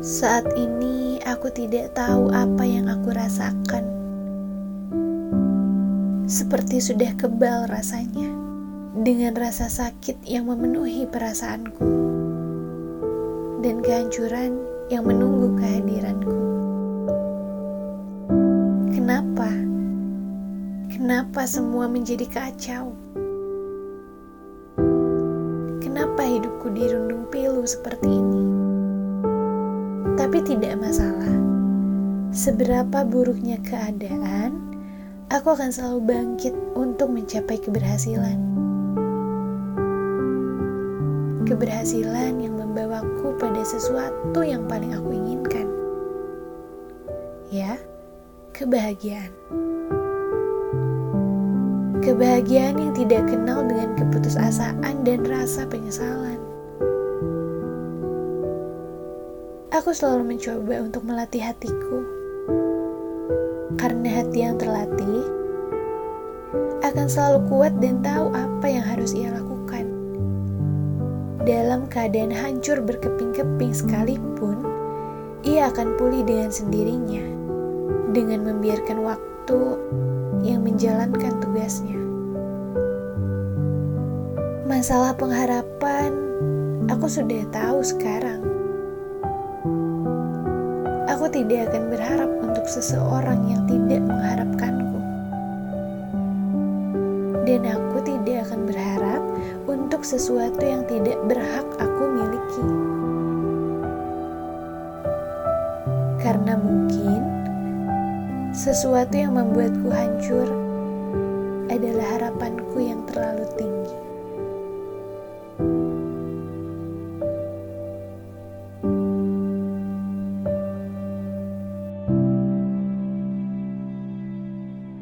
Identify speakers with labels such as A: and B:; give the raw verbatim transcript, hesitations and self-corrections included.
A: Saat ini aku tidak tahu apa yang aku rasakan. Seperti sudah kebal rasanya, dengan rasa sakit yang memenuhi perasaanku, dan kehancuran yang menunggu kehadiranku. Kenapa? Kenapa semua menjadi kacau? Kenapa hidupku dirundung pilu seperti ini? Tapi tidak masalah. Seberapa buruknya keadaan, aku akan selalu bangkit untuk mencapai keberhasilan. Keberhasilan yang membawaku pada sesuatu yang paling aku inginkan. Ya, kebahagiaan. Kebahagiaan yang tidak kenal dengan keputusasaan dan rasa penyesalan. Aku selalu mencoba untuk melatih hatiku, karena hati yang terlatih akan selalu kuat dan tahu apa yang harus ia lakukan. Dalam keadaan hancur berkeping-keping sekalipun, ia akan pulih dengan sendirinya, dengan membiarkan waktu yang menjalankan tugasnya. Masalah pengharapan, aku sudah tahu sekarang. Aku tidak akan berharap untuk seseorang yang tidak mengharapkanku. Dan aku tidak akan berharap untuk sesuatu yang tidak berhak aku miliki. Karena mungkin sesuatu yang membuatku hancur adalah harapanku yang terlalu tinggi.